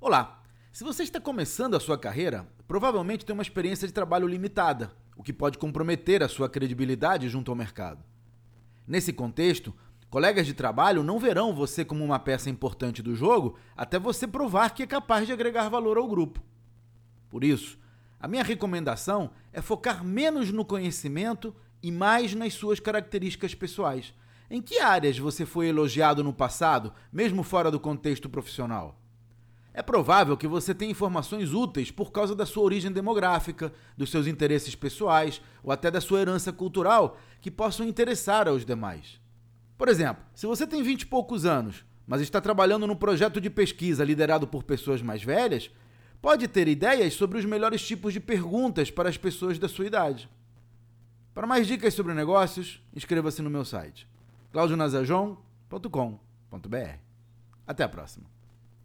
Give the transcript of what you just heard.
Olá! Se você está começando a sua carreira, provavelmente tem uma experiência de trabalho limitada, o que pode comprometer a sua credibilidade junto ao mercado. Nesse contexto, colegas de trabalho não verão você como uma peça importante do jogo até você provar que é capaz de agregar valor ao grupo. Por isso, a minha recomendação é focar menos no conhecimento e mais nas suas características pessoais. Em que áreas você foi elogiado no passado, mesmo fora do contexto profissional? É provável que você tenha informações úteis por causa da sua origem demográfica, dos seus interesses pessoais ou até da sua herança cultural que possam interessar aos demais. Por exemplo, se você tem 20 e poucos anos, mas está trabalhando num projeto de pesquisa liderado por pessoas mais velhas, pode ter ideias sobre os melhores tipos de perguntas para as pessoas da sua idade. Para mais dicas sobre negócios, inscreva-se no meu site claudionazajon.com.br. Até a próxima!